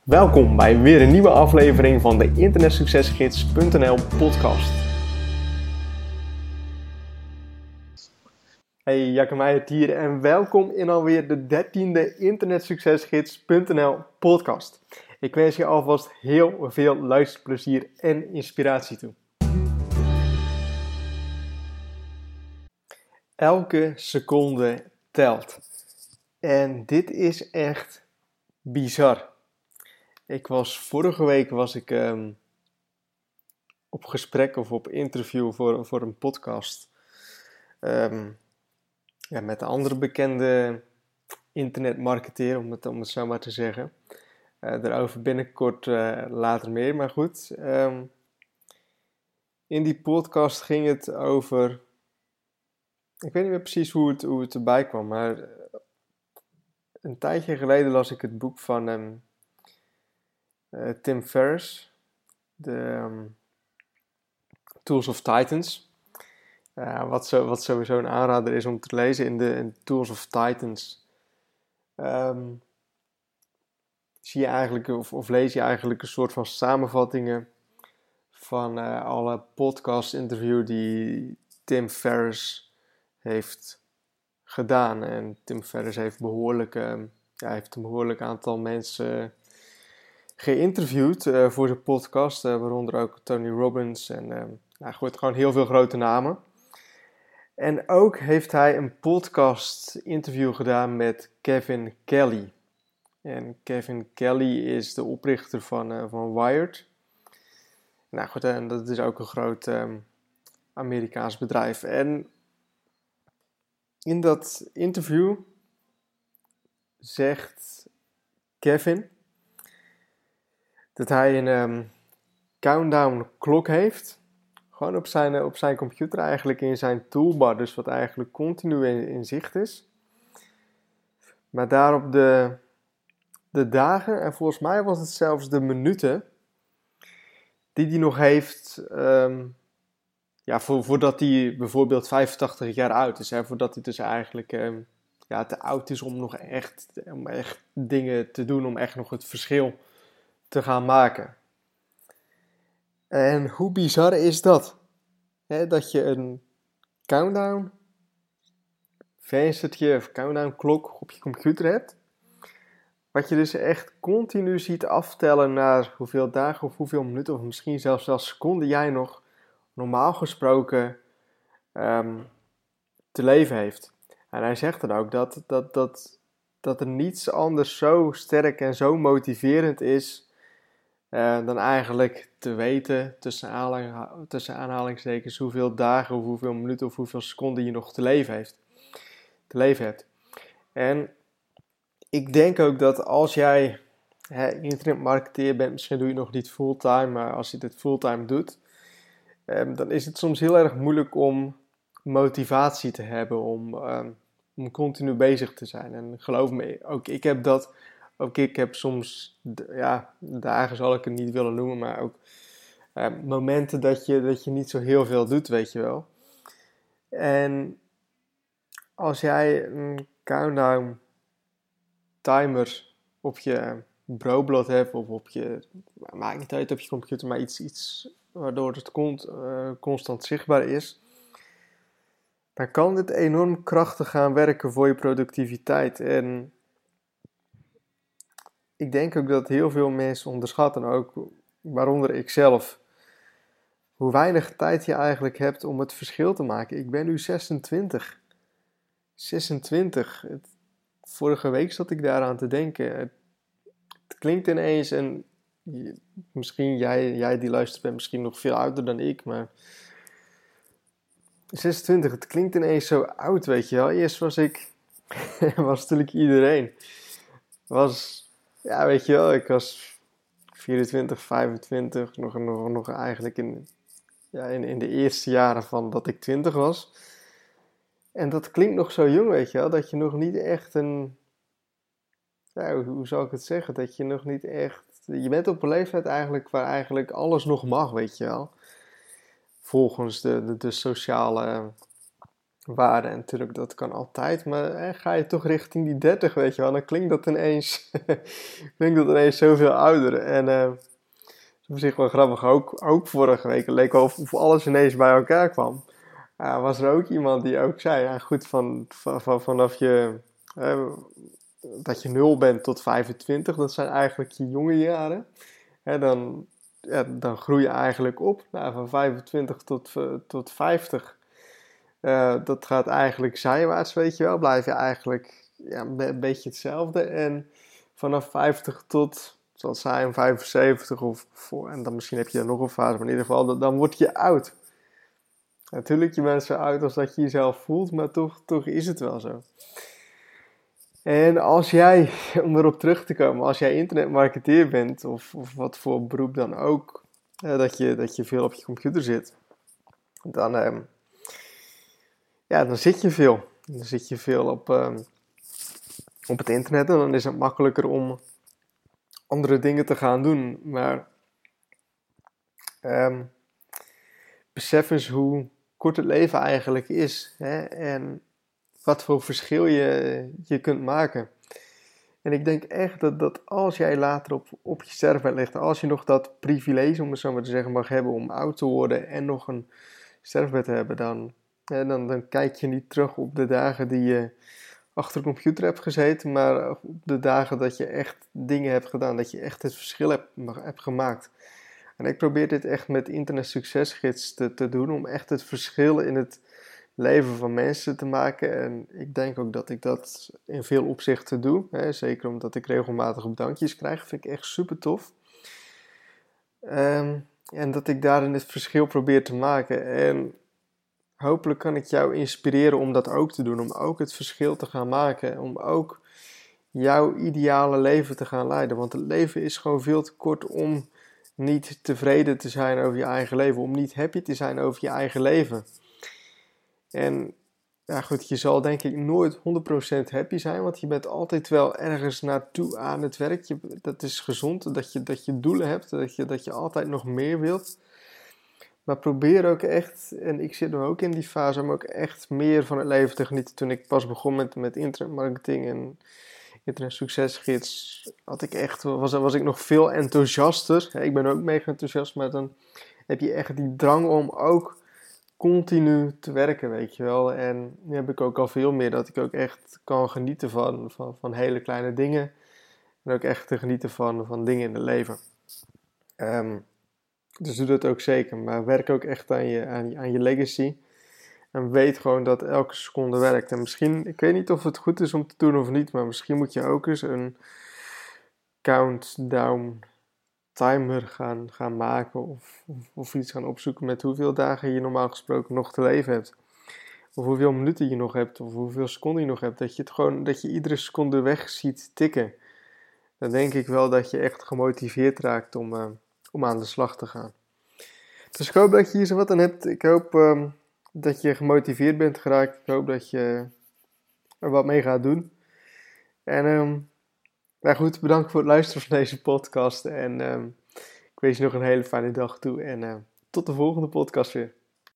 Welkom bij weer een nieuwe aflevering van de internetsuccesgids.nl podcast. Hey, Jacke Meijert hier en welkom in alweer de 13e internetsuccesgids.nl podcast. Ik wens je alvast heel veel luisterplezier en inspiratie toe. Elke seconde telt. En dit is echt bizar. Vorige week was ik op gesprek of op interview voor een podcast met een andere bekende internetmarketeer, om het zo maar te zeggen. Daarover binnenkort later meer, maar goed. In die podcast ging het over, ik weet niet meer precies hoe het erbij kwam, maar een tijdje geleden las ik het boek van Tim Ferriss, de Tools of Titans. Wat sowieso een aanrader is om te lezen in de Tools of Titans. Zie je eigenlijk, of lees je eigenlijk een soort van samenvattingen van alle podcast-interviews die Tim Ferriss heeft gedaan. En Tim Ferriss heeft heeft een behoorlijk aantal mensen geïnterviewd voor zijn podcast, waaronder ook Tony Robbins en gewoon heel veel grote namen. En ook heeft hij een podcast interview gedaan met Kevin Kelly. En Kevin Kelly is de oprichter van Wired. Nou goed, en dat is ook een groot Amerikaans bedrijf. En in dat interview zegt Kevin dat hij een countdown klok heeft. Gewoon op zijn computer eigenlijk, in zijn toolbar. Dus wat eigenlijk continu in zicht is. Maar daarop de dagen, en volgens mij was het zelfs de minuten, die hij nog heeft, voordat hij bijvoorbeeld 85 jaar oud is. Hè, voordat hij dus eigenlijk te oud is om nog echt dingen te doen, om echt nog het verschil te gaan maken. En hoe bizar is dat? Dat je een countdown venstertje of countdown klok op je computer hebt. Wat je dus echt continu ziet aftellen naar hoeveel dagen of hoeveel minuten of misschien zelfs seconden jij nog normaal gesproken te leven heeft. En hij zegt dan ook dat er niets anders zo sterk en zo motiverend is dan eigenlijk te weten, tussen aanhalingstekens, hoeveel dagen of hoeveel minuten of hoeveel seconden je nog te leven hebt. En ik denk ook dat als jij internetmarketeer bent, misschien doe je het nog niet fulltime, maar als je dit fulltime doet, dan is het soms heel erg moeilijk om motivatie te hebben, om continu bezig te zijn. En geloof me, ook ik heb dat. Ook ik heb soms, dagen zal ik het niet willen noemen, maar ook momenten dat je niet zo heel veel doet, weet je wel. En als jij een countdown timer op je bureaublad hebt of maakt niet uit op je computer, maar iets waardoor het constant zichtbaar is, dan kan dit enorm krachtig gaan werken voor je productiviteit. En ik denk ook dat heel veel mensen onderschatten, ook waaronder ik zelf, hoe weinig tijd je eigenlijk hebt om het verschil te maken. Ik ben nu 26. Vorige week zat ik daaraan te denken. Het klinkt ineens, en misschien jij die luistert bent misschien nog veel ouder dan ik, maar 26, het klinkt ineens zo oud, weet je wel. Eerst was natuurlijk iedereen. Weet je wel, ik was 24, 25, nog eigenlijk in de eerste jaren van dat ik 20 was. En dat klinkt nog zo jong, weet je wel, dat je nog niet echt hoe zou ik het zeggen, dat je nog niet echt, je bent op een leeftijd eigenlijk waar eigenlijk alles nog mag, weet je wel. Volgens de sociale waren. En natuurlijk, dat kan altijd, maar ga je toch richting die 30, weet je wel, dan klinkt dat ineens, zoveel ouder. En dat is op zich wel grappig. Ook vorige week leek wel of alles ineens bij elkaar kwam. Was er ook iemand die ook zei, ja goed, vanaf je, dat je 0 bent tot 25, dat zijn eigenlijk je jonge jaren. Dan groei je eigenlijk op. Nou, van 25 tot 50. Dat gaat eigenlijk zijwaarts, weet je wel. Blijf je eigenlijk een beetje hetzelfde. En vanaf 50 tot, zal het zijn, 75 en dan misschien heb je nog een fase, maar in ieder geval, dan word je oud. Natuurlijk, je bent zo oud als dat je jezelf voelt, maar toch is het wel zo. En als jij, om erop terug te komen, als jij internetmarketeer bent, of wat voor beroep dan ook, dat je veel op je computer zit, dan zit je veel. Dan zit je veel op het internet en dan is het makkelijker om andere dingen te gaan doen. Maar besef eens hoe kort het leven eigenlijk is, hè? En wat voor verschil je kunt maken. En ik denk echt dat als jij later op je sterfbed ligt, als je nog dat privilege, om het zo maar te zeggen, mag hebben om oud te worden en nog een sterfbed te hebben, dan kijk je niet terug op de dagen die je achter de computer hebt gezeten, maar op de dagen dat je echt dingen hebt gedaan, dat je echt het verschil hebt gemaakt. En ik probeer dit echt met Internet Succesgids te doen, om echt het verschil in het leven van mensen te maken. En ik denk ook dat ik dat in veel opzichten doe. Hè? Zeker omdat ik regelmatig bedankjes krijg. Vind ik echt super tof. En dat ik daarin het verschil probeer te maken. En hopelijk kan ik jou inspireren om dat ook te doen. Om ook het verschil te gaan maken. Om ook jouw ideale leven te gaan leiden. Want het leven is gewoon veel te kort om niet tevreden te zijn over je eigen leven. Om niet happy te zijn over je eigen leven. En ja goed, je zal denk ik nooit 100% happy zijn, want je bent altijd wel ergens naartoe aan het werk. Dat is gezond, dat je doelen hebt, dat je altijd nog meer wilt. Maar probeer ook echt, en ik zit nu ook in die fase, om ook echt meer van het leven te genieten. Toen ik pas begon met internetmarketing en internet succesgids, was ik nog veel enthousiaster. Ik ben ook mega enthousiast, maar dan heb je echt die drang om ook continu te werken, weet je wel. En nu heb ik ook al veel meer dat ik ook echt kan genieten van hele kleine dingen. En ook echt te genieten van dingen in het leven. Dus doe dat ook zeker. Maar werk ook echt aan je legacy. En weet gewoon dat elke seconde werkt. En misschien, ik weet niet of het goed is om te doen of niet. Maar misschien moet je ook eens een countdown timer gaan maken. Of iets gaan opzoeken met hoeveel dagen je normaal gesproken nog te leven hebt. Of hoeveel minuten je nog hebt, of hoeveel seconden je nog hebt. Dat je iedere seconde weg ziet tikken. Dan denk ik wel dat je echt gemotiveerd raakt om aan de slag te gaan. Dus ik hoop dat je hier zo wat aan hebt. Ik hoop dat je gemotiveerd bent geraakt. Ik hoop dat je er wat mee gaat doen. En nou goed, bedankt voor het luisteren van deze podcast. En ik wens je nog een hele fijne dag toe. En tot de volgende podcast weer.